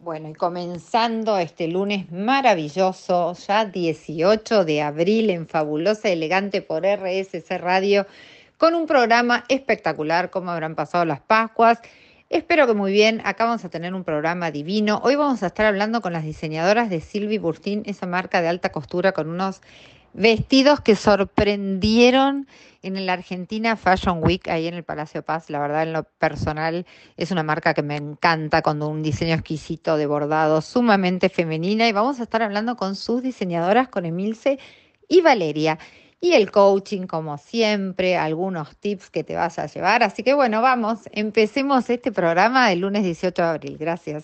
Bueno, y comenzando este lunes maravilloso, ya 18 de abril en Fabulosa Elegante por RSC Radio, con un programa espectacular, como habrán pasado las Pascuas. Espero que muy bien, acá vamos a tener un programa divino. Hoy vamos a estar hablando con las diseñadoras de Sylvie Burtin, esa marca de alta costura con unos vestidos que sorprendieron en la Argentina Fashion Week, ahí en el Palacio Paz. La verdad, en lo personal, es una marca que me encanta, con un diseño exquisito de bordado, sumamente femenina. Y vamos a estar hablando con sus diseñadoras, con Emilce y Valeria. Y el coaching, como siempre, algunos tips que te vas a llevar. Así que bueno, vamos, empecemos este programa del lunes 18 de abril. Gracias.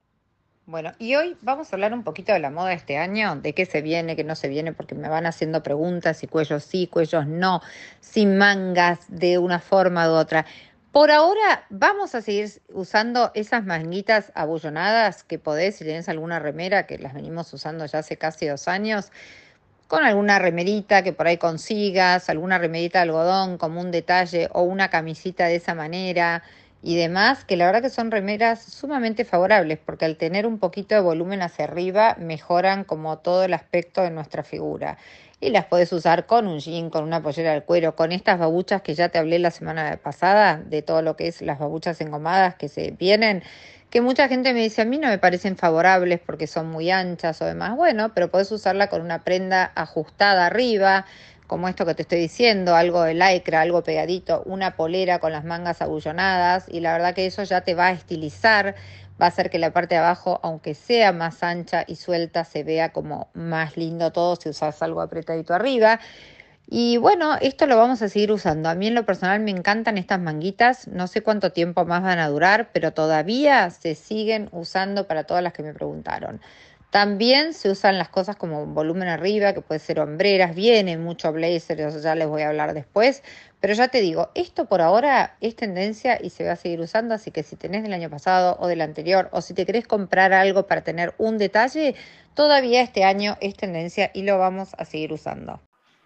Bueno, y hoy vamos a hablar un poquito de la moda de este año, de qué se viene, qué no se viene, porque me van haciendo preguntas, si cuellos sí, cuellos no, sin mangas de una forma u otra. Por ahora vamos a seguir usando esas manguitas abullonadas que podés, si tenés alguna remera, que las venimos usando ya hace casi 2 años, con alguna remerita que por ahí consigas, alguna remerita de algodón como un detalle o una camisita de esa manera y demás, que la verdad que son remeras sumamente favorables porque al tener un poquito de volumen hacia arriba mejoran como todo el aspecto de nuestra figura. Y las podés usar con un jean, con una pollera de cuero, con estas babuchas que ya te hablé la semana pasada, de todo lo que es las babuchas engomadas que se vienen, que mucha gente me dice, a mí no me parecen favorables porque son muy anchas o demás. Bueno, pero podés usarla con una prenda ajustada arriba, como esto que te estoy diciendo, algo de lycra, algo pegadito, una polera con las mangas abullonadas, y la verdad que eso ya te va a estilizar, va a hacer que la parte de abajo, aunque sea más ancha y suelta, se vea como más lindo todo si usas algo apretadito arriba. Y bueno, esto lo vamos a seguir usando. A mí en lo personal me encantan estas manguitas. No sé cuánto tiempo más van a durar, pero todavía se siguen usando para todas las que me preguntaron. También se usan las cosas como volumen arriba, que puede ser hombreras, viene mucho blazer, eso ya les voy a hablar después. Pero ya te digo, esto por ahora es tendencia y se va a seguir usando, así que si tenés del año pasado o del anterior, o si te querés comprar algo para tener un detalle, todavía este año es tendencia y lo vamos a seguir usando.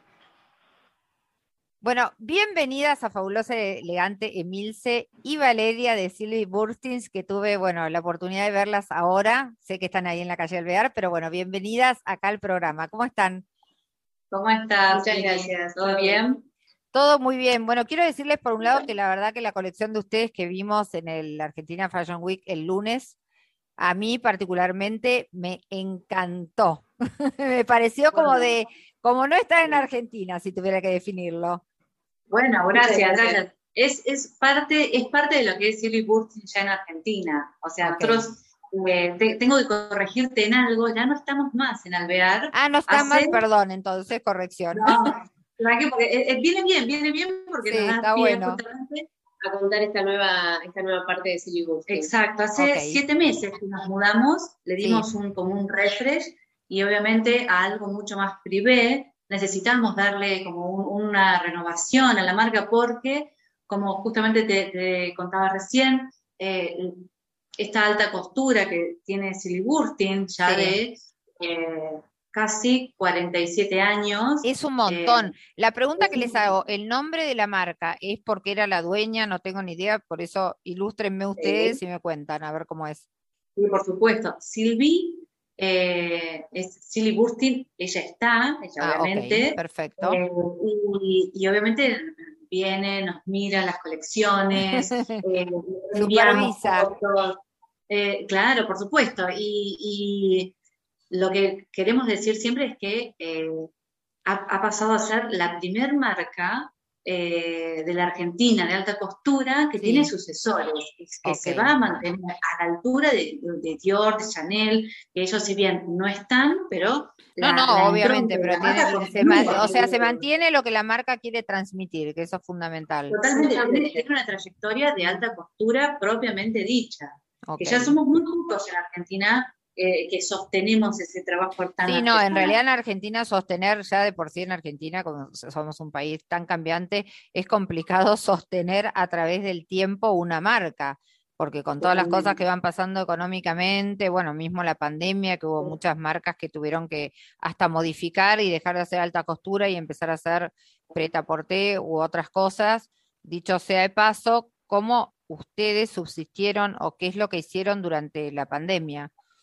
Bueno, bienvenidas a Fabulosa Elegante Emilce y Valeria de Sylvie Burstins, que tuve, bueno, la oportunidad de verlas ahora. Sé que están ahí en la calle Alvear, pero bueno, bienvenidas acá al programa. ¿Cómo están? ¿Cómo estás? Muchas Vicky? gracias. ¿Todo bien? Todo muy bien. Bueno, quiero decirles por un lado que la verdad que la colección de ustedes que vimos en el Argentina Fashion Week el lunes, a mí particularmente me encantó. Me pareció como Bueno, de, como no estar en Argentina, si tuviera que definirlo. bueno, Gracias, gracias. gracias. Es parte de lo que es Silly Burton ya en Argentina. O sea, Ok. nosotros, tengo que corregirte en algo, ya no estamos más en Alvear. Ah, no está más, Hace, perdón, entonces, corrección. no, ¿sabes qué? Porque viene bien porque Sí, nos da está pie bueno. justamente. A contar esta nueva parte de Silly Bustin. Exacto, Ok. hace 7 meses que nos mudamos, le Sí, dimos como un refresh y obviamente a algo mucho más privé necesitamos darle como una renovación a la marca porque, como justamente te contaba recién, esta alta costura que tiene Siliburtin ya sí. de eh, casi 47 años. Es un eh, montón. La pregunta es que les un- hago, ¿el nombre de la marca es porque era la dueña? No tengo ni idea, por eso ilústrenme ustedes y me cuentan, a ver cómo es. Sí, por supuesto. Sylvie es Silly Burstyn, ella Ah, ok, obviamente, perfecto. y obviamente viene, nos mira las colecciones, enviamos Supervisa. fotos, claro, por supuesto, y lo que queremos decir siempre es que ha pasado a ser la primer marca de la Argentina de alta costura que tiene Sí, sucesores, que ok. se va a mantener a la altura de Dior, de Chanel, que ellos si bien no están, pero No, la no, impronta obviamente, de pero la marca o continúa. sea, se mantiene lo que la marca quiere transmitir, que eso es fundamental. Totalmente, tiene una trayectoria de alta costura propiamente dicha, que ya Ok. somos muy pocos en Argentina que sostenemos ese trabajo tan Sí, no, en realidad artesanal. en Argentina sostener, ya de por sí en Argentina, como somos un país tan cambiante, es complicado sostener a través del tiempo una marca, porque con todas las cosas que Totalmente. van pasando económicamente, bueno, mismo la pandemia, que hubo muchas marcas que tuvieron que hasta modificar y dejar de hacer alta costura y empezar a hacer prêt-à-porter u otras cosas. Dicho sea de paso, ¿cómo ustedes subsistieron o qué es lo que hicieron durante la pandemia?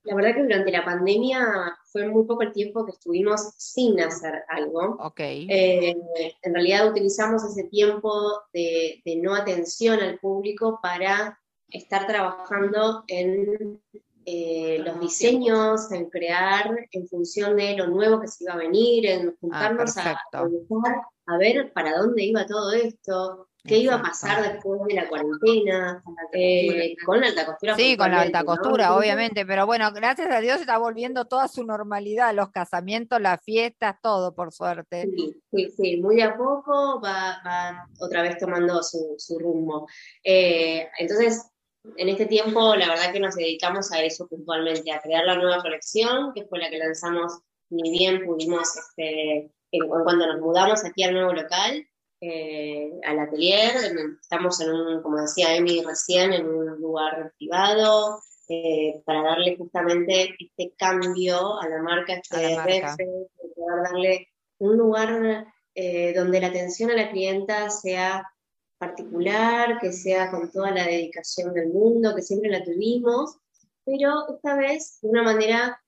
La verdad que durante la pandemia fue muy poco el tiempo que estuvimos sin hacer algo. Ok. En realidad utilizamos ese tiempo de no atención al público para estar trabajando en los diseños, en crear en función de lo nuevo que se iba a venir, en juntarnos a Perfecto. pensar, a ver para dónde iba todo esto, qué iba a pasar después de la cuarentena, con la alta costura Sí, con la puntualmente, alta ¿no? costura, Entonces, obviamente, pero bueno, gracias a Dios está volviendo toda su normalidad, los casamientos, las fiestas, todo, por suerte. sí, sí, sí, muy de a poco va otra vez tomando su rumbo. Entonces, en este tiempo, la verdad que nos dedicamos a eso puntualmente, a crear la nueva colección, que fue la que lanzamos, ni bien pudimos, en cuando nos mudamos aquí al nuevo local, al atelier, estamos en un, como decía Emi recién, en un lugar privado, para darle justamente este cambio a la marca, A la este marca. reference, poder darle un lugar donde la atención a la clienta sea particular, que sea con toda la dedicación del mundo, que siempre la tuvimos, pero esta vez de una manera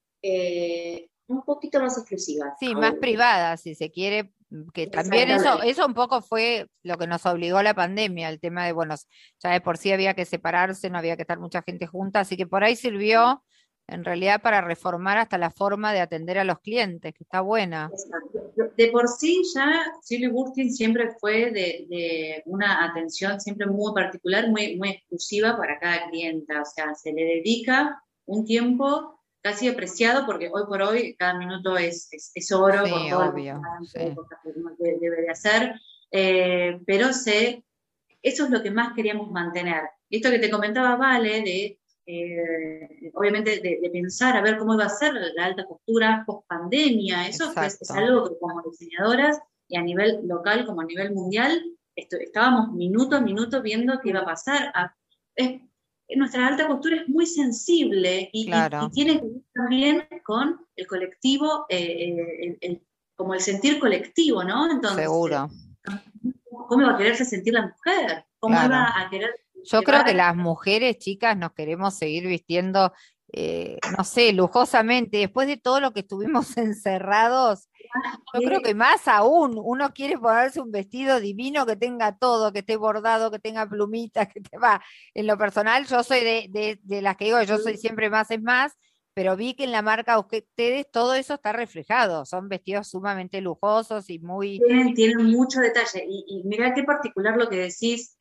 un poquito más exclusiva Sí, más aún. privada, si se quiere, que también Exactamente. eso un poco fue lo que nos obligó a la pandemia, el tema de, bueno, ya de por sí había que separarse, no había que estar mucha gente junta, así que por ahí sirvió en realidad para reformar hasta la forma de atender a los clientes, que está buena. Exacto. De por sí ya Silly Burtin siempre fue de una atención siempre muy particular, muy, muy exclusiva para cada clienta, o sea, se le dedica un tiempo casi apreciado porque hoy por hoy cada minuto es oro por Sí, todo lo que obvio, sí. uno debe de hacer, pero eso es lo que más queríamos mantener. Esto que te comentaba, Vale, obviamente de pensar a ver cómo iba a ser la alta costura post pandemia, eso fue, es Exacto. algo que como diseñadoras y a nivel local como a nivel mundial, estábamos minuto a minuto viendo qué iba a pasar. Nuestra alta costura es muy sensible y Claro, tiene que ver también con el colectivo, como el sentir colectivo, ¿no? Entonces, seguro, ¿cómo iba a quererse sentir la mujer? ¿Cómo claro. iba a querer Yo creo que llevar? las mujeres, chicas, nos queremos seguir vistiendo, no sé, lujosamente. Después de todo lo que estuvimos encerrados, yo creo que más aún, uno quiere ponerse un vestido divino que tenga todo, que esté bordado, que tenga plumitas, que te va. En lo personal, yo soy de las que digo, yo soy siempre más es más, pero vi que en la marca ustedes todo eso está reflejado. Son vestidos sumamente lujosos y muy, Tienen mucho detalle. Y mirá qué particular lo que decís,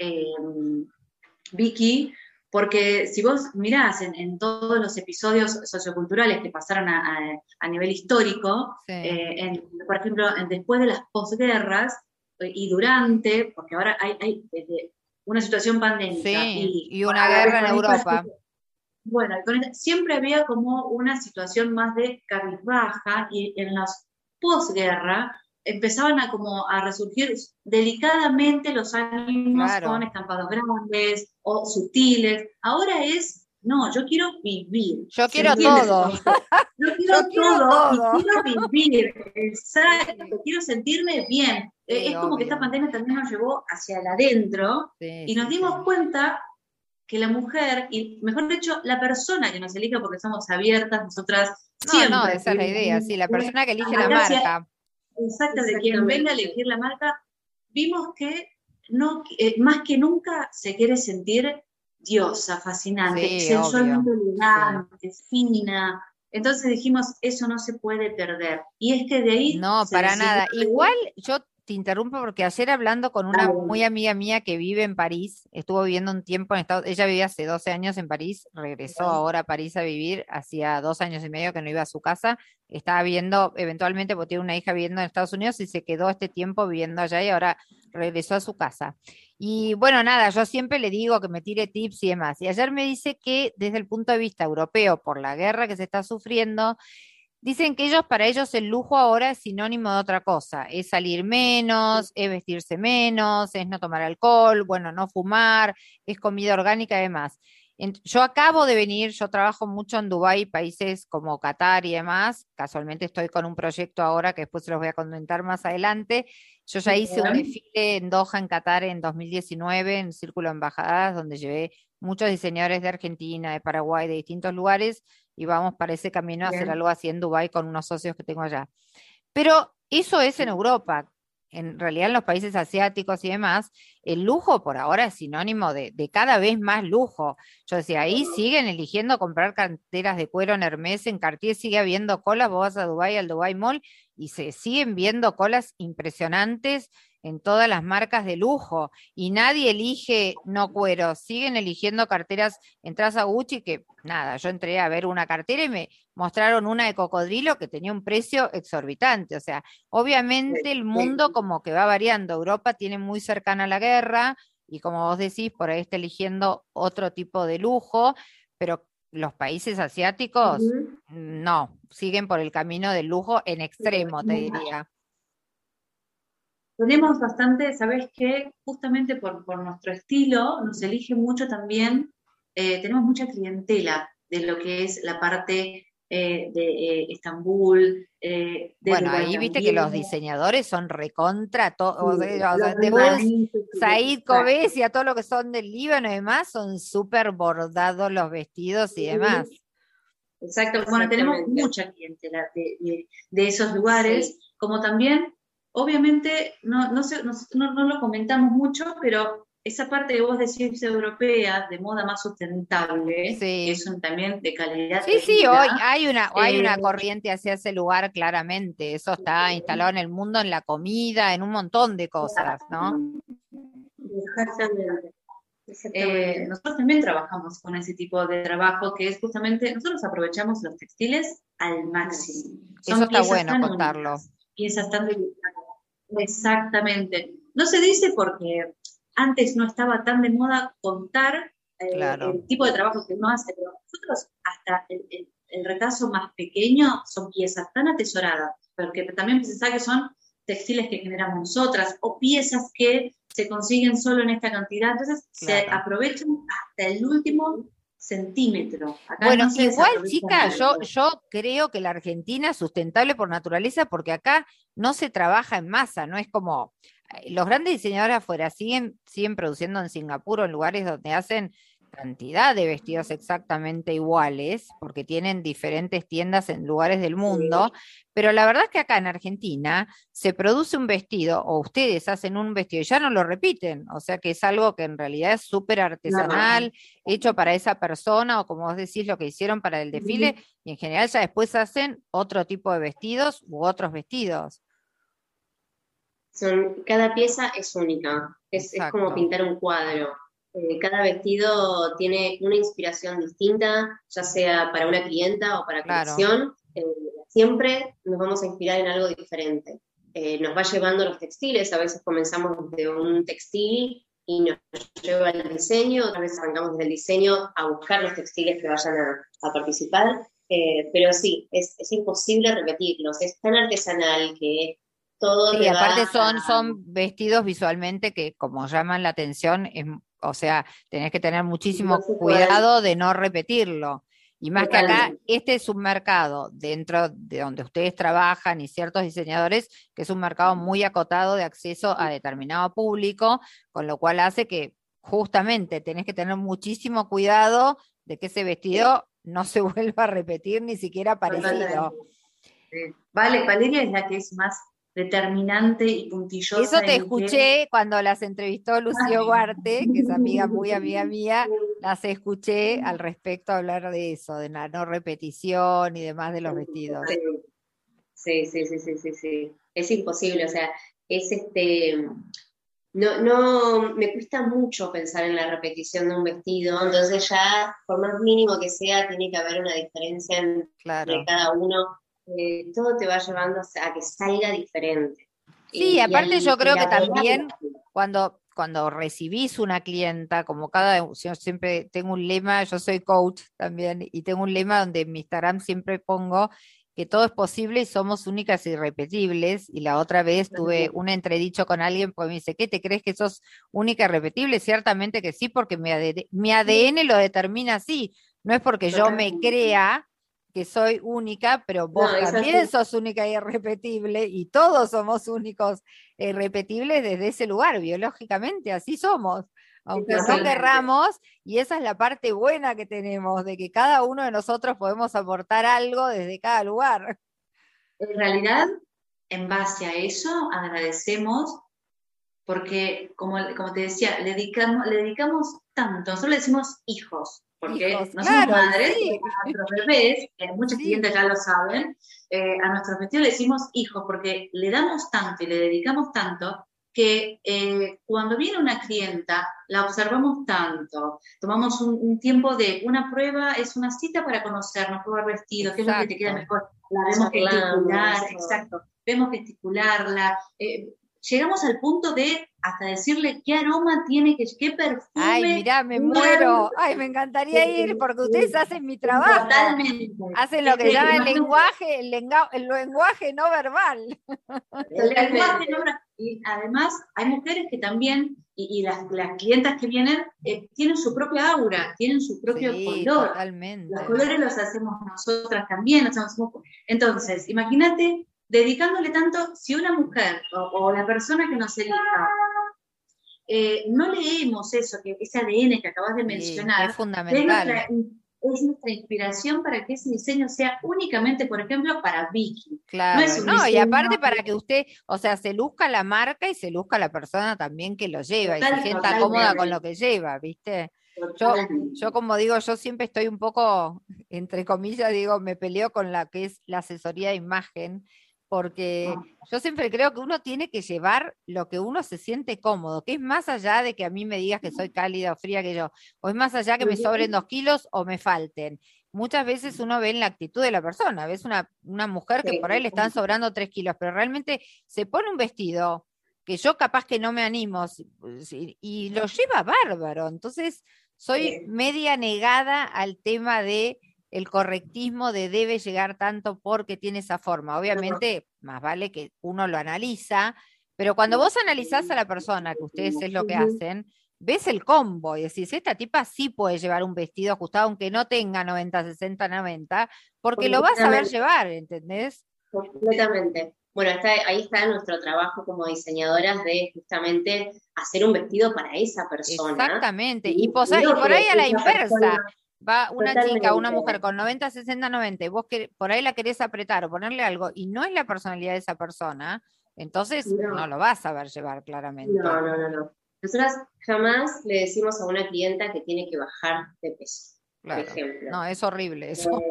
Vicky, porque si vos mirás en todos los episodios socioculturales que pasaron a nivel histórico, sí, por ejemplo, después de las posguerras y durante, porque ahora hay una situación pandémica sí, y y una a la vez guerra en con esta Europa. bueno, siempre había como una situación más de cabizbaja y en las posguerra empezaban a como a resurgir delicadamente los ánimos con Claro. estampados grandes o sutiles. Ahora es, no, yo quiero vivir, Yo ¿se quiero entiende ese todo. concepto? Yo quiero Yo quiero todo y todo. quiero vivir, Sí, exacto, quiero sentirme bien. sí, Es como que esta obvio. pandemia también nos llevó hacia el adentro Sí, y nos sí, dimos sí. cuenta que la mujer, y mejor dicho, la persona que nos elija, porque somos abiertas, nosotras No, no, siempre esa es la idea. Sí, la persona que elige la gracias, marca. exacto, de quien venga a Exactamente. elegir la marca, vimos que no, más que nunca se quiere sentir diosa, fascinante, Sí, obvio. sensualmente Sí. elegante, fina. Entonces dijimos, eso no se puede perder. Y es que de ahí No, se para decidió. nada. Igual yo te interrumpo porque ayer hablando con una muy amiga mía que vive en París, estuvo viviendo un tiempo en Estados, ella vivía hace 12 años en París, regresó ahora a París a vivir, hacía 2 años y medio que no iba a su casa, estaba viendo, eventualmente, porque tiene una hija viviendo en Estados Unidos y se quedó este tiempo viviendo allá y ahora regresó a su casa. Y bueno, nada, yo siempre le digo que me tire tips y demás. Y ayer me dice que desde el punto de vista europeo, por la guerra que se está sufriendo, dicen que para ellos el lujo ahora es sinónimo de otra cosa, es salir menos, es vestirse menos, es no tomar alcohol, bueno, no fumar, es comida orgánica y demás. Yo acabo de venir, yo trabajo mucho en Dubái, países como Qatar y demás, casualmente estoy con un proyecto ahora que después se los voy a comentar más adelante. Yo ya hice un Bien. desfile en Doha, en Qatar, en 2019, en Círculo de Embajadas, donde llevé muchos diseñadores de Argentina, de Paraguay, de distintos lugares. y vamos para ese camino a hacer Bien. algo así en Dubái con unos socios que tengo allá. Pero eso es en Europa. En realidad en los países asiáticos y demás, el lujo por ahora es sinónimo de cada vez más lujo. Yo decía, ahí siguen eligiendo comprar carteras de cuero en Hermès, en Cartier sigue habiendo colas, vos vas a Dubái, al Dubai Mall, y se siguen viendo colas impresionantes en todas las marcas de lujo, y nadie elige no cuero, siguen eligiendo carteras. Entras a Gucci, que nada, yo entré a ver una cartera y me mostraron una de cocodrilo que tenía un precio exorbitante. O sea, obviamente el mundo como que va variando. Europa tiene muy cercana la guerra y como vos decís, por ahí está eligiendo otro tipo de lujo, pero los países asiáticos no, siguen por el camino del lujo en extremo, te diría. Tenemos bastante, ¿sabes qué? Justamente por nuestro estilo, nos elige mucho también, tenemos mucha clientela de lo que es la parte de Estambul, de Bueno, Dubái ahí viste que también, los diseñadores son recontra, o sí, sea, los de vos, libaneses, Said exacto. Kobesh y a todo lo que son del Líbano y demás, son súper bordados los vestidos y demás. Exacto, bueno, tenemos mucha clientela de esos lugares, como también, obviamente, no lo comentamos mucho, pero esa parte que vos decís europea, de moda más sustentable, que Sí. es también de calidad Sí, de sí, hoy vida, hay una corriente hacia ese lugar claramente. Eso está instalado en el mundo, en la comida, en un montón de cosas, ¿no? Exactamente. nosotros también trabajamos con ese tipo de trabajo que es justamente, nosotros aprovechamos los textiles al máximo. Eso Son está piezas bueno tan contarlo. únicas, piezas tan delicadas. Exactamente. No se dice porque antes no estaba tan de moda contar Claro, el tipo de trabajo que uno hace, pero nosotros hasta el retazo más pequeño son piezas tan atesoradas, porque también pensá que son textiles que generamos nosotras o piezas que se consiguen solo en esta cantidad, entonces se claro. aprovechan hasta el último centímetro. Acá Bueno, no se igual, desaprovecha chica, nada. yo creo que la Argentina es sustentable por naturaleza porque acá no se trabaja en masa, no es como los grandes diseñadores afuera siguen produciendo en Singapur o en lugares donde hacen cantidad de vestidos exactamente iguales, porque tienen diferentes tiendas en lugares del mundo, pero la verdad es que acá en Argentina se produce un vestido, o ustedes hacen un vestido y ya no lo repiten, o sea que es algo que en realidad es súper artesanal, hecho para esa persona, o como vos decís, lo que hicieron para el desfile, y en general ya después hacen otro tipo de vestidos u otros vestidos. Cada pieza es única, es como Exacto, pintar un cuadro. Cada vestido tiene una inspiración distinta, ya sea para una clienta o para claro. colección. Siempre nos vamos a inspirar en algo diferente. Nos va llevando los textiles, a veces comenzamos de un textil y nos lleva al diseño, otras veces arrancamos desde el diseño a buscar los textiles que vayan a participar. Pero sí, es imposible repetirlos, es tan artesanal que todo Sí, te aparte va son vestidos visualmente que como llaman la atención, o sea, tenés que tener no muchísimo se pueden cuidado de no repetirlo. Y más que acá, totalmente. este es un mercado dentro de donde ustedes trabajan y ciertos diseñadores, que es un mercado muy acotado de acceso a determinado público, con lo cual hace que justamente tenés que tener muchísimo cuidado de que ese vestido no se vuelva a repetir ni siquiera parecido. Totalmente. Vale, Valeria es la que es más determinante y Eso puntillosa te en que escuché cuando las entrevistó Lucio Guarte, que es amiga muy amiga mía, las escuché al respecto hablar de eso, de la no repetición y demás de los vestidos. Sí, sí, sí, sí, sí, sí. Es imposible, o sea, es no, me cuesta mucho pensar en la repetición de un vestido, entonces ya, por más mínimo que sea, tiene que haber una diferencia entre Claro. cada uno. Todo te va llevando a que salga diferente. Sí, Y aparte yo creo que elaborar, también cuando recibís una clienta, como yo siempre tengo un lema, yo soy coach también, y tengo un lema donde en mi Instagram siempre pongo que todo es posible y somos únicas e irrepetibles, y la otra vez tuve un entredicho con alguien porque me dice, ¿qué te crees que sos única y repetible? Ciertamente que sí, porque mi ADN lo determina así, no es porque yo me totalmente. crea que soy única, pero No, vos es también así. sos única e irrepetible y todos somos únicos e irrepetibles desde ese lugar, biológicamente, así somos. aunque no Totalmente. querramos, y esa es la parte buena que tenemos, de que cada uno de nosotros podemos aportar algo desde cada lugar. En realidad, en base a eso, agradecemos porque, como te decía, le dedicamos tanto, nosotros le decimos hijos, porque Hijos, no somos claro, y madres, sí, porque a nuestros bebés, muchos sí, clientes ya lo saben, a nuestros vestidos le decimos hijos, porque le damos tanto y le dedicamos tanto que cuando viene una clienta, la observamos tanto, tomamos un tiempo de una prueba, es una cita para conocernos, probar vestido, qué es lo que te queda exacto. mejor, la vemos gesticular, Charlamos, exacto, vemos gesticularla, llegamos al punto de hasta decirle qué aroma tiene, qué Ay, perfume. mirá, me muero. Ay, me encantaría ir porque ustedes hacen mi trabajo. Totalmente. Hacen lo que llaman el Imagínate, lenguaje, el lenguaje no verbal. el lenguaje, ¿no? Y además hay mujeres que también, y las clientas que vienen, tienen su propia aura, tienen su propio Sí, color. totalmente. Los colores los hacemos nosotras también. Entonces, imagínate dedicándole tanto, si una mujer o la persona que nos elija, no leemos eso, ese ADN que acabas de Sí, mencionar, es fundamental. es nuestra inspiración para que ese diseño sea únicamente, por ejemplo, para Vicky. No Claro, es un no, y diseño aparte para que usted, o sea, se luzca la marca y se luzca la persona también que lo lleva y se sienta cómoda con lo que lleva, ¿viste? Yo como digo, yo siempre estoy un poco, entre comillas, digo, me peleo con la que es la asesoría de imagen, porque yo siempre creo que uno tiene que llevar lo que uno se siente cómodo, que es más allá de que a mí me digas que soy cálida o fría que yo, o es más allá que me sobren 2 kilos o me falten. Muchas veces uno ve en la actitud de la persona, ves una mujer que por ahí le están sobrando 3 kilos, pero realmente se pone un vestido que yo capaz que no me animo y lo lleva bárbaro. Entonces, soy media negada al tema de el correctismo de debe llegar tanto porque tiene esa forma. Obviamente, más vale que uno lo analiza, pero cuando vos analizás a la persona, que ustedes es lo que hacen, ves el combo y decís, esta tipa sí puede llevar un vestido ajustado aunque no tenga 90, 60, 90, porque lo vas a saber llevar, ¿entendés? completamente. Bueno, ahí está nuestro trabajo como diseñadoras de justamente hacer un vestido para esa persona. Exactamente, y Y por ahí a la esa inversa, persona, va una chica, una totalmente. mujer con 90, 60, 90, y vos por ahí la querés apretar o ponerle algo, y no es la personalidad de esa persona, entonces no No, lo vas a saber llevar claramente. no. Nosotras jamás le decimos a una clienta que tiene que bajar de peso, por Claro, ejemplo. no, es horrible eso.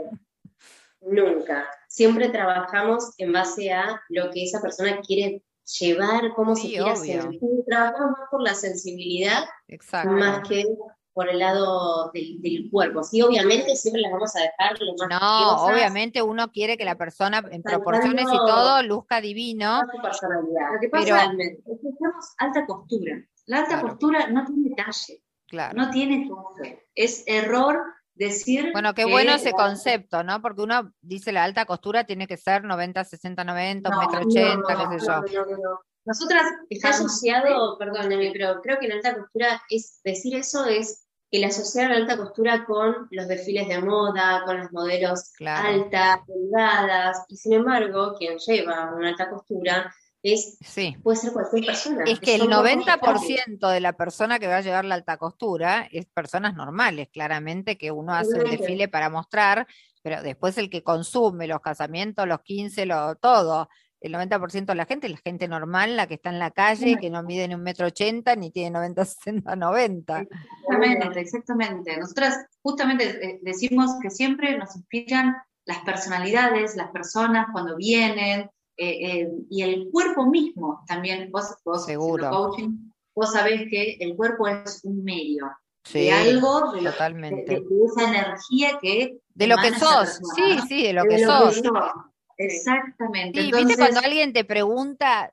Nunca. Siempre trabajamos en base a lo que esa persona quiere llevar, cómo se Sí, quiera obvio, sentir. Trabajamos más por la sensibilidad, exacto. más que por el lado del cuerpo. Sí, obviamente siempre las vamos a dejar lo más No, preciosas, obviamente uno quiere que la persona en proporciones y todo saltando luzca divino, toda su personalidad. Lo que pasa pero es que usamos alta costura. La alta claro, costura no tiene talle, claro. no tiene toque. Es error decir Bueno, qué bueno que ese concepto, ¿no? Porque uno dice la alta costura tiene que ser 90, 60, 90, un no, metro no, ochenta, qué sé yo. no. Nosotras está asociado, perdóname, pero creo que la alta costura es, decir eso es el asociar la alta costura con los desfiles de moda, con los modelos Claro, altas, delgadas, y sin embargo, quien lleva una alta costura sí. puede ser cualquier persona, Es que el son cuerpos estables. 90% de la persona que va a llevar la alta costura es personas normales, claramente, que uno hace el Totalmente. desfile para mostrar, pero después el que consume los casamientos, los 15, todo, el 90% de la gente es la gente normal, la que está en la calle, que no mide ni 1,80 m ni tiene 90, 60, 90. Exactamente. Nosotras justamente decimos que siempre nos inspiran las personalidades, las personas cuando vienen, y el cuerpo mismo también. Vos haciendo Seguro. coaching, vos sabés que el cuerpo es un medio de Sí, algo, totalmente. de esa energía que De lo que emana esa sos, persona, sí, ¿no? sí, de lo que De lo que sos. sos. Exactamente. Sí, viste cuando Entonces, alguien te pregunta,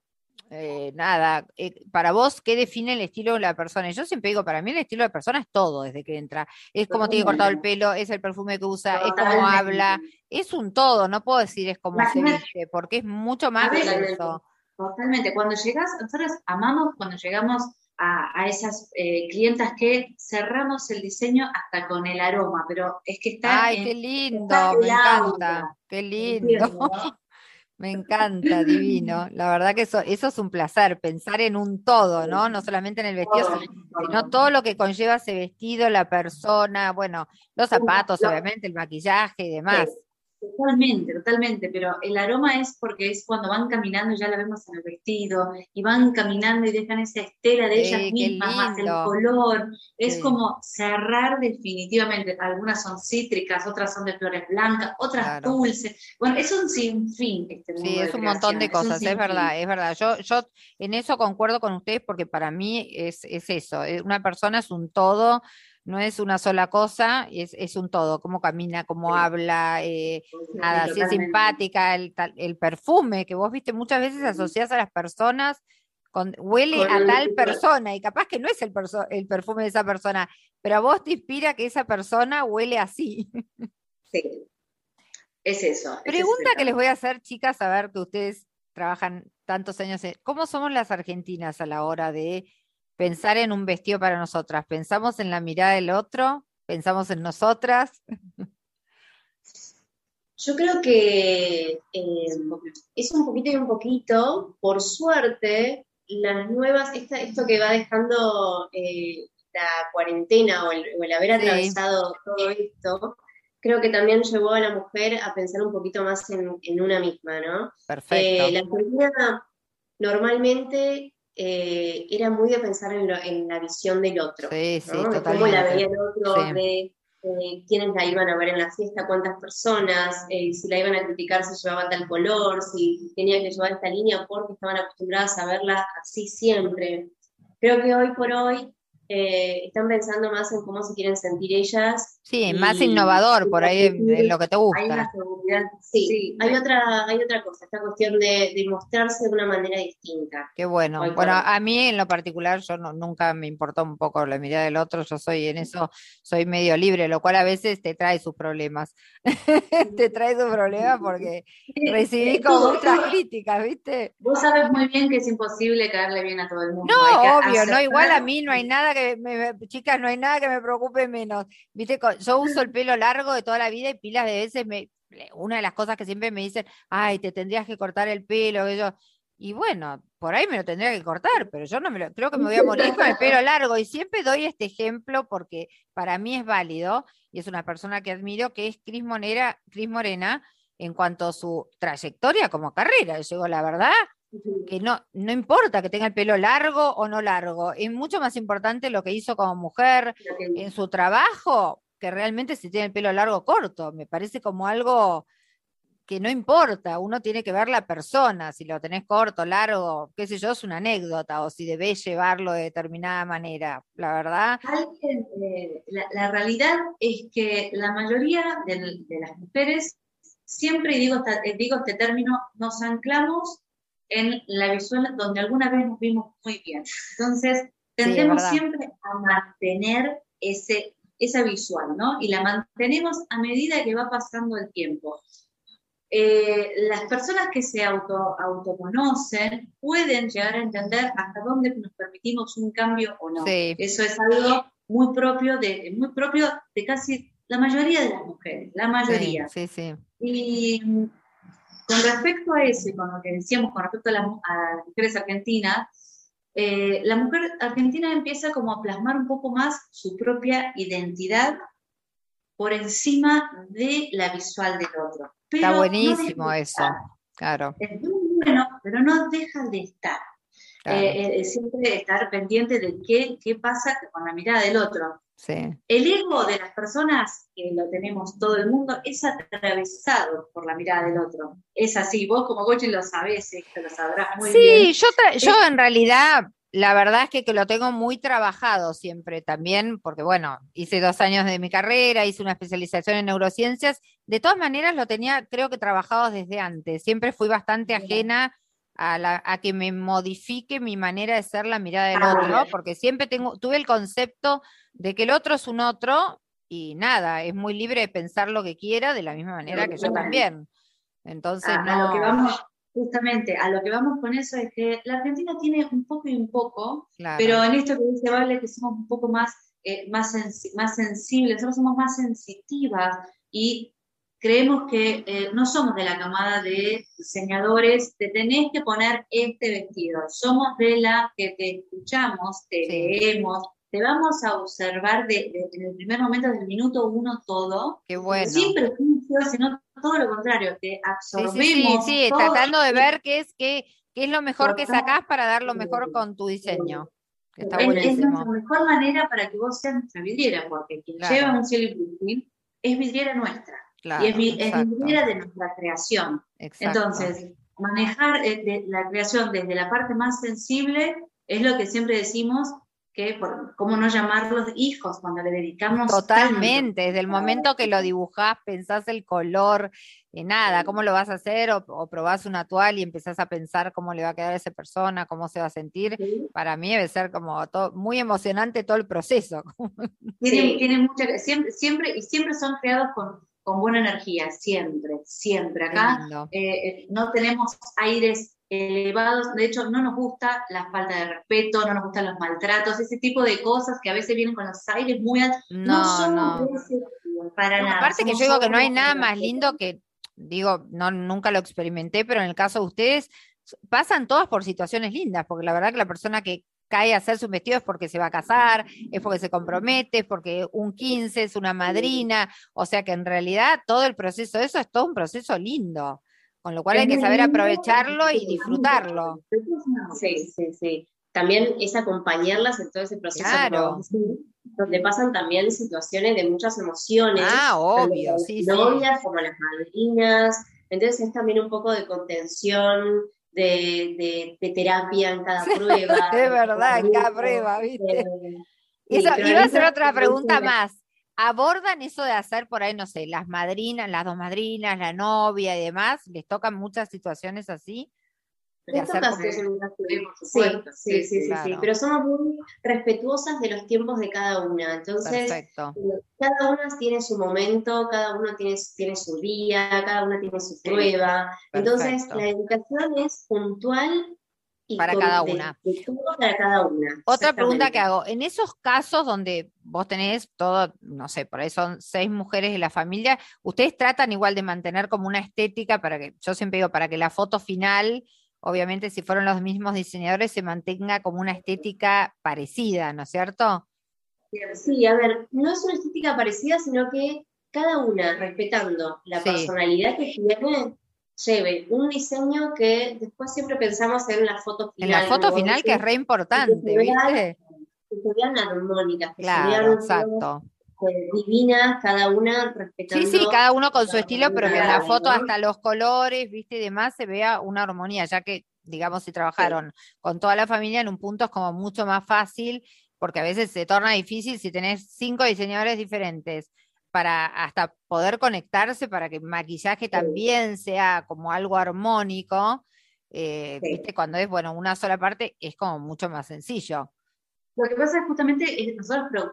nada, para vos, ¿qué define el estilo de la persona? Y yo siempre digo, para mí el estilo de la persona es todo desde que entra. Es cómo tiene cortado el totalmente. pelo, es el perfume que usa, es cómo habla, Totalmente. es un todo, no puedo decir es cómo se Imagínate, viste, porque es mucho a más ver, que eso. totalmente. Cuando llegas, nosotros amamos cuando llegamos a esas clientas que cerramos el diseño hasta con el aroma, pero es que Ay, qué está lindo, me el encanta, aura, qué lindo. ¿entiendes, no? Me encanta, divino. La verdad que eso es un placer, pensar en un todo, ¿no? No solamente en el vestido, Todo, sino todo. todo lo que conlleva ese vestido, la persona, bueno, los zapatos, obviamente, el maquillaje y demás. Sí, totalmente, totalmente, pero el aroma es porque es cuando van caminando, ya la vemos en el vestido, y van caminando y dejan esa estela de ellas Sí, qué mismas, más el lindo. color, es Sí, como cerrar definitivamente, algunas son cítricas, otras son de flores blancas, otras claro. dulces, bueno, es un sinfín este Sí, mundo es de un montón de creación, es un cosas, es sinfín. verdad, es verdad. Yo en eso concuerdo con ustedes porque para mí es eso, una persona es un todo, no es una sola cosa, es un todo, cómo camina, cómo Sí, habla, sí, nada, si es totalmente. simpática, el perfume, que vos viste muchas veces asociás a las personas con, huele Con a un tal tipo persona y capaz que no es el perfume de esa persona, pero a vos te inspira que esa persona huele así. sí, es eso, es Pregunta que les exactamente. voy a hacer, chicas, a ver que ustedes trabajan tantos años ¿cómo somos las argentinas a la hora de pensar en un vestido para nosotras? ¿Pensamos en la mirada del otro? ¿Pensamos en nosotras? Yo creo que es un poquito y un poquito, por suerte, las nuevas, esto que va dejando la cuarentena o el haber Sí, atravesado todo esto, creo que también llevó a la mujer a pensar un poquito más en una misma, ¿no? perfecto. La Argentina normalmente era muy de pensar en la visión del otro, Sí, sí, ¿no? De cómo la totalmente. veía el Sí, otro, de quiénes la iban a ver en la fiesta, cuántas personas, si la iban a criticar si llevaba tal color, si tenía que llevar esta línea porque estaban acostumbradas a verla así siempre. Creo que hoy por hoy están pensando más en cómo se quieren sentir ellas sí, más y innovador por ahí en transmitir. lo que te Hay una gusta. seguridad, Sí, sí, hay otra cosa, esta cuestión de mostrarse de una manera distinta, Qué bueno. hoy por Bueno, hoy. a mí en lo particular, yo nunca me importó un poco la mirada del otro, yo soy en eso, soy medio libre, lo cual a veces te trae sus problemas. Te trae sus problemas porque recibís como Todo, muchas críticas, ¿viste? vos sabes muy bien que es imposible caerle bien a todo el No, mundo, hay que obvio, no, igual a aceptar. mí no hay nada chicas, no hay nada que me preocupe menos. ¿Viste? Yo uso el pelo largo de toda la vida y pilas de veces una de las cosas que siempre me dicen, ay, te tendrías que cortar el pelo, que yo. Y bueno, por ahí me lo tendría que cortar, pero yo no creo que me voy a morir con el pelo largo. Y siempre doy este ejemplo porque para mí es válido y es una persona que admiro, que es Cris Morena, en cuanto a su trayectoria como carrera. Yo digo, la verdad que no importa que tenga el pelo largo o no largo, es mucho más importante lo que hizo como mujer en su trabajo que realmente si tiene el pelo largo o corto. Me parece como algo que no importa, uno tiene que ver la persona, si lo tenés corto, largo, qué sé yo, es una anécdota, o si debés llevarlo de determinada manera. La verdad, La realidad es que la mayoría de las mujeres, siempre y digo este término, nos anclamos en la visual donde alguna vez nos vimos muy bien. Entonces, sí, es tendemos verdad. siempre a mantener esa visual, ¿no? Y la mantenemos a medida que va pasando el tiempo. Las personas que se autoconocen pueden llegar a entender hasta dónde nos permitimos un cambio o no. Sí, Eso es algo muy propio de casi la mayoría de las mujeres, la sí, mayoría. sí, sí. Y con respecto a eso, y con lo que decíamos con respecto a las mujeres argentinas, la mujer argentina empieza como a plasmar un poco más su propia identidad por encima de la visual del otro. Está Pero no deja buenísimo de estar. eso. Claro, Es muy bueno, pero no deja de estar. claro, Siempre estar pendiente de qué pasa con la mirada del otro. sí. El ego de las personas, que lo tenemos todo el mundo, es atravesado por la mirada del otro. Es así, vos como coach lo sabés, esto lo sabrás muy bien. Sí, yo en realidad, la verdad es que lo tengo muy trabajado siempre también, porque bueno, hice 2 años de mi carrera, hice una especialización en neurociencias, de todas maneras lo tenía, creo que trabajado desde antes, siempre fui bastante ajena a que me modifique mi manera de ser la mirada del Ah, muy otro, bien. porque siempre tuve el concepto de que el otro es un otro y nada, es muy libre de pensar lo que quiera de la misma manera que yo también. Entonces A lo que no, vamos, justamente, a lo que vamos con eso es que la Argentina tiene un poco y un poco, claro. pero en esto que dice Vale, que somos un poco más, más sensibles, nosotros somos más sensitivas y creemos que no somos de la camada de diseñadores, te tenés que poner este vestido, somos de la que te escuchamos, te leemos, te vamos a observar en el primer momento, del minuto uno todo, Qué bueno. sin prejuicios, sino todo lo contrario, te absorbemos. Sí, todo, tratando de ver qué es lo mejor que sacás para dar lo mejor con tu diseño. Está buenísimo. Es nuestra mejor manera para que vos seas nuestra vidriera, porque quien lleva un celebrity es vidriera nuestra. Claro, y es vidriera de nuestra creación. Exacto. Entonces, manejar la creación desde la parte más sensible es lo que siempre decimos, que cómo no llamarlos hijos cuando le dedicamos totalmente, tanto. desde el momento que lo dibujás, pensás el color, nada, cómo lo vas a hacer, o probás una toalla y empezás a pensar cómo le va a quedar a esa persona, cómo se va a sentir. Sí. Para mí debe ser como muy emocionante todo el proceso. Tiene mucha, siempre son creados con buena energía, siempre. Acá no tenemos aires elevados, de hecho no nos gusta la falta de respeto, no nos gustan los maltratos, ese tipo de cosas que a veces vienen con los aires muy altos. No somos de ese tipo, para nada. Aparte que yo digo que no hay nada más lindo que, digo, nunca lo experimenté, pero en el caso de ustedes, pasan todas por situaciones lindas, porque la verdad que la persona que cae a hacerse un vestido es porque se va a casar, es porque se compromete, es porque un 15 es una madrina, o sea que en realidad todo el proceso, eso es todo un proceso lindo, con lo cual hay que saber aprovecharlo y disfrutarlo. Sí. También es acompañarlas en todo ese proceso, claro, donde pasan también situaciones de muchas emociones. Obvio, sí. Novias como las madrinas, entonces es también un poco de contención, de terapia en cada prueba. Es verdad, en cada prueba, ¿viste? Eso, iba a hacer otra pregunta más. ¿Abordan eso de hacer por ahí, no sé, las madrinas, las dos madrinas, la novia y demás? ¿Les tocan muchas situaciones así? Sí, pero somos muy respetuosas de los tiempos de cada una. Entonces, perfecto. Cada una tiene su momento, cada uno tiene su día, cada una tiene su prueba. Perfecto. Entonces, la educación es puntual y para cada una. Para cada una. Otra pregunta que hago, en esos casos donde vos tenés todo, no sé, por ahí son 6 mujeres de la familia, ¿ustedes tratan igual de mantener como una estética para que, yo siempre digo, para que la foto final, obviamente si fueron los mismos diseñadores, se mantenga como una estética parecida, ¿no es cierto? Sí, a ver, no es una estética parecida, sino que cada una, respetando la personalidad que tiene, lleve un diseño que después siempre pensamos en la foto final. En la foto final, que es re importante, ¿viste? Que se vean armónicas, que claro, se vean exacto. Divinas, cada una respetando. Sí, cada uno con su estilo, pero que en la foto hasta los colores, viste, y demás, se vea una armonía, ya que, digamos, si trabajaron con toda la familia en un punto es como mucho más fácil, porque a veces se torna difícil si tenés 5 diseñadores diferentes, para hasta poder conectarse, para que el maquillaje también sea como algo armónico, viste, cuando es, bueno, una sola parte es como mucho más sencillo. Lo que pasa es justamente, nosotros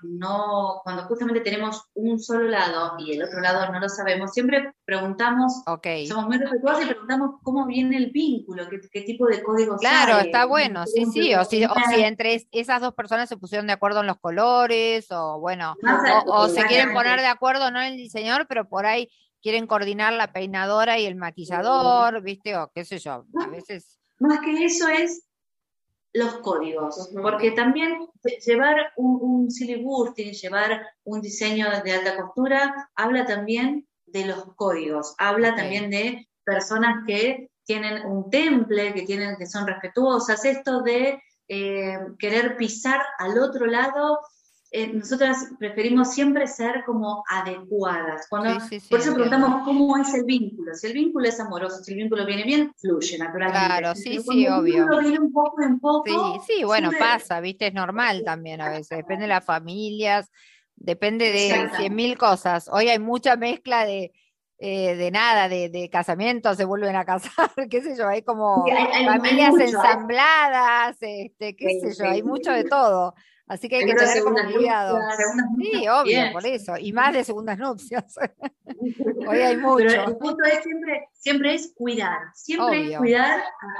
cuando justamente tenemos un solo lado y el otro lado no lo sabemos, siempre preguntamos, somos muy respetuosos y preguntamos cómo viene el vínculo, qué tipo de códigos claro, hay. Está bueno, sí, o si entre esas dos personas se pusieron de acuerdo en los colores, o bueno, o se quieren poner de acuerdo, no en el diseñador, pero por ahí quieren coordinar la peinadora y el maquillador, viste, o qué sé yo, a veces. Más que eso es los códigos, porque también llevar un silly bursting, llevar un diseño de alta costura, habla también de los códigos, habla también de personas que tienen un temple, que son respetuosas, esto de querer pisar al otro lado. Nosotras preferimos siempre ser como adecuadas. Por eso preguntamos cómo es el vínculo. Si el vínculo es amoroso, si el vínculo viene bien, fluye naturalmente. Claro, sí, obvio. El vínculo viene un poco en poco. Sí, bueno, pasa, viste, es normal también a veces. Depende de las familias, depende de 100.000 cosas. Hoy hay mucha mezcla de nada, de casamientos, se vuelven a casar, qué sé yo, hay como familias ensambladas, qué sé yo, hay mucho de todo. Así que hay que tener como cuidado. Sí, obvio, por eso. Y más de segundas nupcias. Hoy hay mucho. Pero el punto es siempre es cuidar. Siempre es cuidar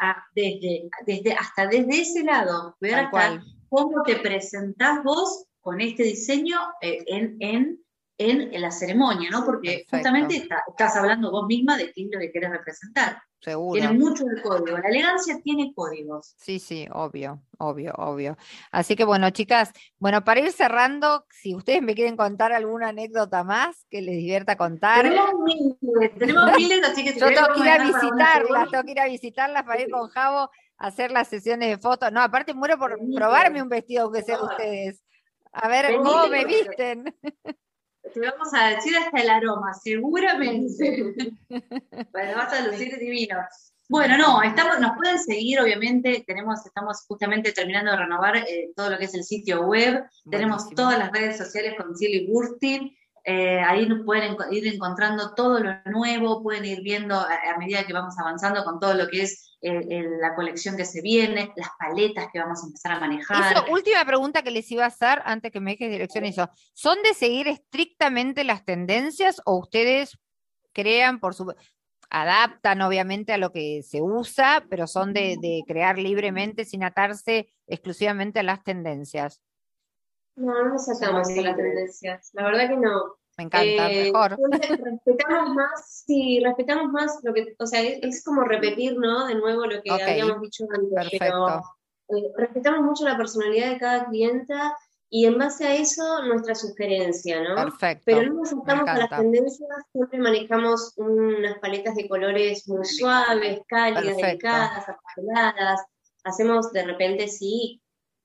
desde ese lado. Cuidar hasta cómo te presentás vos con este diseño en en la ceremonia, ¿no? Porque Perfecto. justamente estás hablando vos misma de qué es lo que querés representar. Tiene Seguro. mucho de código. La elegancia tiene códigos. Sí, sí, obvio, obvio, obvio. Así que bueno, chicas, bueno, para ir cerrando, si ustedes me quieren contar alguna anécdota más que les divierta contar, Tenemos miles, así que si yo querés tengo que ir podemos a dejar para una visitarlas, segunda. tengo que ir a visitarlas para ir con Javo a hacer las sesiones de fotos. No, aparte muero por probarme un vestido aunque sea de ustedes. A ver cómo Venite me porque visten. te vamos a decir hasta el aroma, seguramente. Bueno, vas a lucir divino. Bueno, no, nos pueden seguir, obviamente, estamos justamente terminando de renovar todo lo que es el sitio web, tenemos Buenísimo. todas las redes sociales con Silly Burstin, ahí nos pueden ir encontrando todo lo nuevo, pueden ir viendo a medida que vamos avanzando con todo lo que es la colección que se viene, las paletas que vamos a empezar a manejar. Eso, última pregunta que les iba a hacer antes que me dejes dirección eso. ¿Son de seguir estrictamente las tendencias o ustedes crean por su adaptan obviamente a lo que se usa, pero son de crear libremente sin atarse exclusivamente a las tendencias? No, no nos atamos a las tendencias, la verdad que no. Me encanta, mejor. Siempre respetamos más, sí, respetamos más lo que, o sea, es como repetir, ¿no? De nuevo lo que Ok, habíamos dicho antes, pero perfecto, respetamos mucho la personalidad de cada clienta y en base a eso nuestra sugerencia, ¿no? Pero perfecto, no nos me atamos a las encanta, tendencias, siempre manejamos unas paletas de colores muy suaves, cálidas, perfecto. delicadas, apasteladas. Hacemos de repente, sí,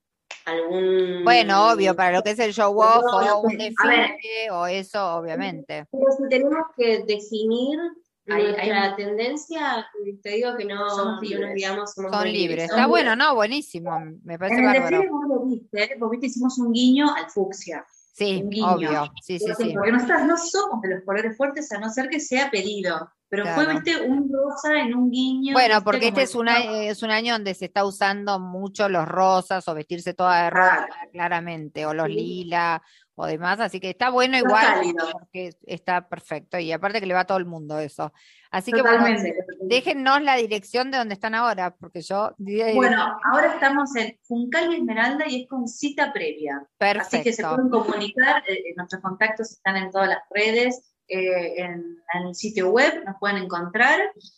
Bueno, obvio, algún para lo que es el show off color, o un A ver, desfile o eso, obviamente. pero si tenemos que definir hay nuestra tendencia, te digo que no, somos no libres. nos guiamos, somos Son muy libres. libres. Está bueno, ¿no? Buenísimo, me En parece el bárbaro. desfile vos viste, hicimos un guiño al fucsia. Sí, Un guiño. obvio, sí, sí, sí. Porque nosotros no somos de los colores fuertes a no ser que sea pedido. Pero fue, Claro. viste, un rosa en un guiño, Bueno, viste, porque como este es un año donde se está usando mucho los rosas o vestirse toda de rosa, claramente, o los lila o demás, así que está bueno más igual cálido. porque está perfecto y aparte que le va a todo el mundo eso. Así que bueno, Totalmente. déjennos la dirección de donde están ahora, porque yo Bueno, ahora estamos en Juncal y Esmeralda y es con cita previa. Así que se perfecto. pueden comunicar, nuestros contactos están en todas las redes, en el sitio web nos pueden encontrar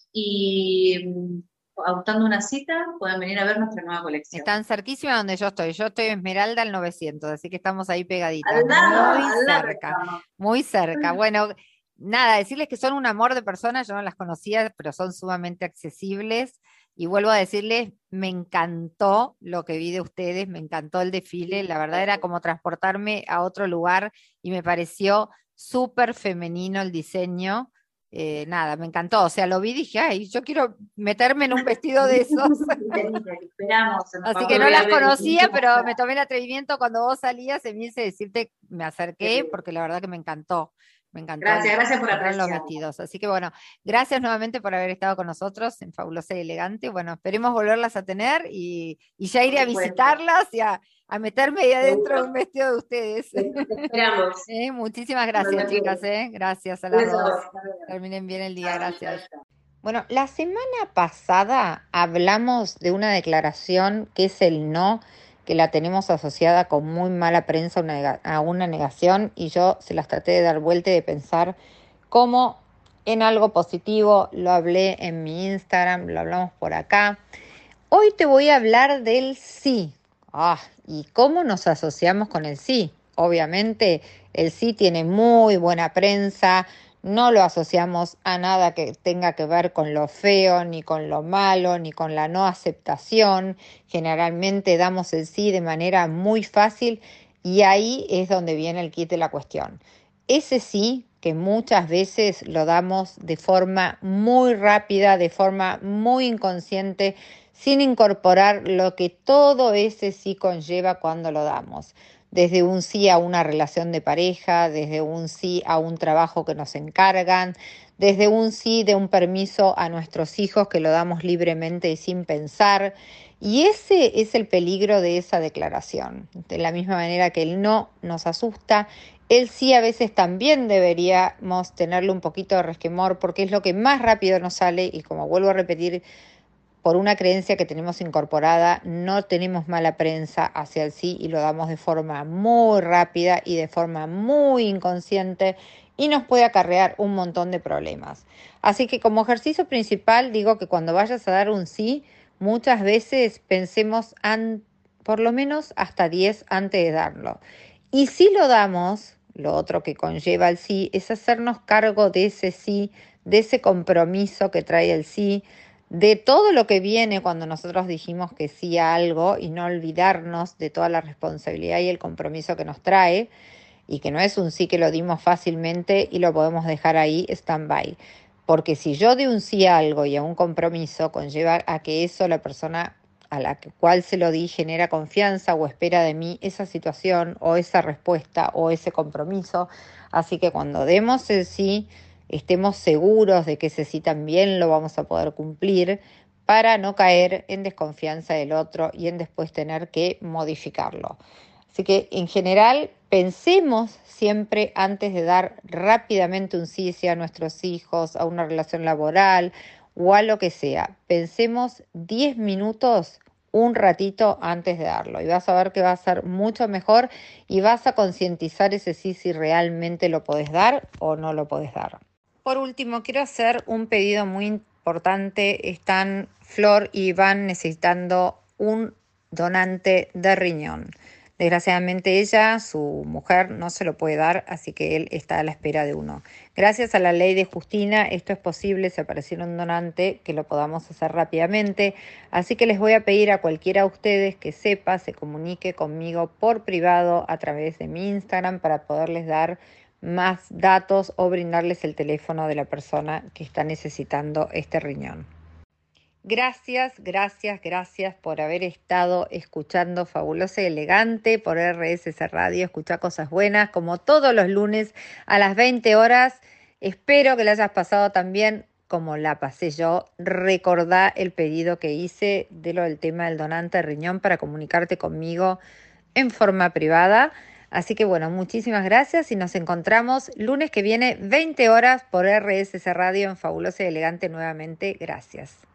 y adoptando una cita pueden venir a ver nuestra nueva colección. Están cerquísima donde yo estoy. Yo estoy en Esmeralda al 900, así que estamos ahí pegaditas, Al lado, muy al lado cerca, estamos. muy cerca. Bueno, nada, decirles que son un amor de personas, yo no las conocía, pero son sumamente accesibles. Y vuelvo a decirles, me encantó lo que vi de ustedes, me encantó el desfile, la verdad era como transportarme a otro lugar y me pareció súper femenino el diseño. Nada, me encantó, o sea, lo vi y dije, ay, yo quiero meterme en un vestido de esos. Te esperamos. Así que no las conocía, pero me tomé el atrevimiento cuando vos salías en mí de decirte, me acerqué, porque la verdad que me encantó. Me encantó, Gracias por me encantaron los apreciar. vestidos. Así que bueno, gracias nuevamente por haber estado con nosotros en Fabulosa y Elegante. Bueno, esperemos volverlas a tener y ya iré a visitarlas y a meterme ahí adentro de un vestido de ustedes. Te esperamos. Muchísimas gracias, chicas. Gracias a las dos. Terminen bien el día, gracias. Bueno, la semana pasada hablamos de una declaración que es el no, que la tenemos asociada con muy mala prensa a una negación, y yo se las traté de dar vuelta y de pensar cómo en algo positivo. Lo hablé en mi Instagram, lo hablamos por acá. Hoy te voy a hablar del sí. ¿Y cómo nos asociamos con el sí? Obviamente el sí tiene muy buena prensa. No lo asociamos a nada que tenga que ver con lo feo, ni con lo malo, ni con la no aceptación. Generalmente damos el sí de manera muy fácil y ahí es donde viene el kit de la cuestión. Ese sí que muchas veces lo damos de forma muy rápida, de forma muy inconsciente, sin incorporar lo que todo ese sí conlleva cuando lo damos. Desde un sí a una relación de pareja, desde un sí a un trabajo que nos encargan, desde un sí de un permiso a nuestros hijos que lo damos libremente y sin pensar. Y ese es el peligro de esa declaración. De la misma manera que el no nos asusta, el sí a veces también deberíamos tenerle un poquito de resquemor porque es lo que más rápido nos sale y, como vuelvo a repetir, por una creencia que tenemos incorporada, no tenemos mala prensa hacia el sí y lo damos de forma muy rápida y de forma muy inconsciente y nos puede acarrear un montón de problemas. Así que como ejercicio principal digo que cuando vayas a dar un sí, muchas veces pensemos por lo menos hasta 10 antes de darlo. Y si lo damos, lo otro que conlleva el sí es hacernos cargo de ese sí, de ese compromiso que trae el sí, de todo lo que viene cuando nosotros dijimos que sí a algo y no olvidarnos de toda la responsabilidad y el compromiso que nos trae y que no es un sí que lo dimos fácilmente y lo podemos dejar ahí stand-by. Porque si yo de un sí a algo y a un compromiso conlleva a que eso la persona a la cual se lo di genera confianza o espera de mí esa situación o esa respuesta o ese compromiso. Así que cuando demos el sí, estemos seguros de que ese sí también lo vamos a poder cumplir para no caer en desconfianza del otro y en después tener que modificarlo. Así que en general pensemos siempre antes de dar rápidamente un sí, sea a nuestros hijos, a una relación laboral o a lo que sea. Pensemos 10 minutos, un ratito antes de darlo y vas a ver que va a ser mucho mejor y vas a concientizar ese sí si realmente lo podés dar o no lo podés dar. Por último, quiero hacer un pedido muy importante. Están Flor y Iván necesitando un donante de riñón. Desgraciadamente ella, su mujer, no se lo puede dar, así que él está a la espera de uno. Gracias a la ley de Justina, esto es posible, si apareciera un donante, que lo podamos hacer rápidamente. Así que les voy a pedir a cualquiera de ustedes que sepa, se comunique conmigo por privado a través de mi Instagram para poderles dar más datos o brindarles el teléfono de la persona que está necesitando este riñón. Gracias por haber estado escuchando Fabulosa y Elegante por RSC Radio. Escucha cosas buenas como todos los lunes a las 20 horas. Espero que la hayas pasado también como la pasé yo. Recordá el pedido que hice de lo del tema del donante de riñón para comunicarte conmigo en forma privada. Así que bueno, muchísimas gracias y nos encontramos lunes que viene 20 horas por RSC Radio en Fabulosa y Elegante nuevamente. Gracias.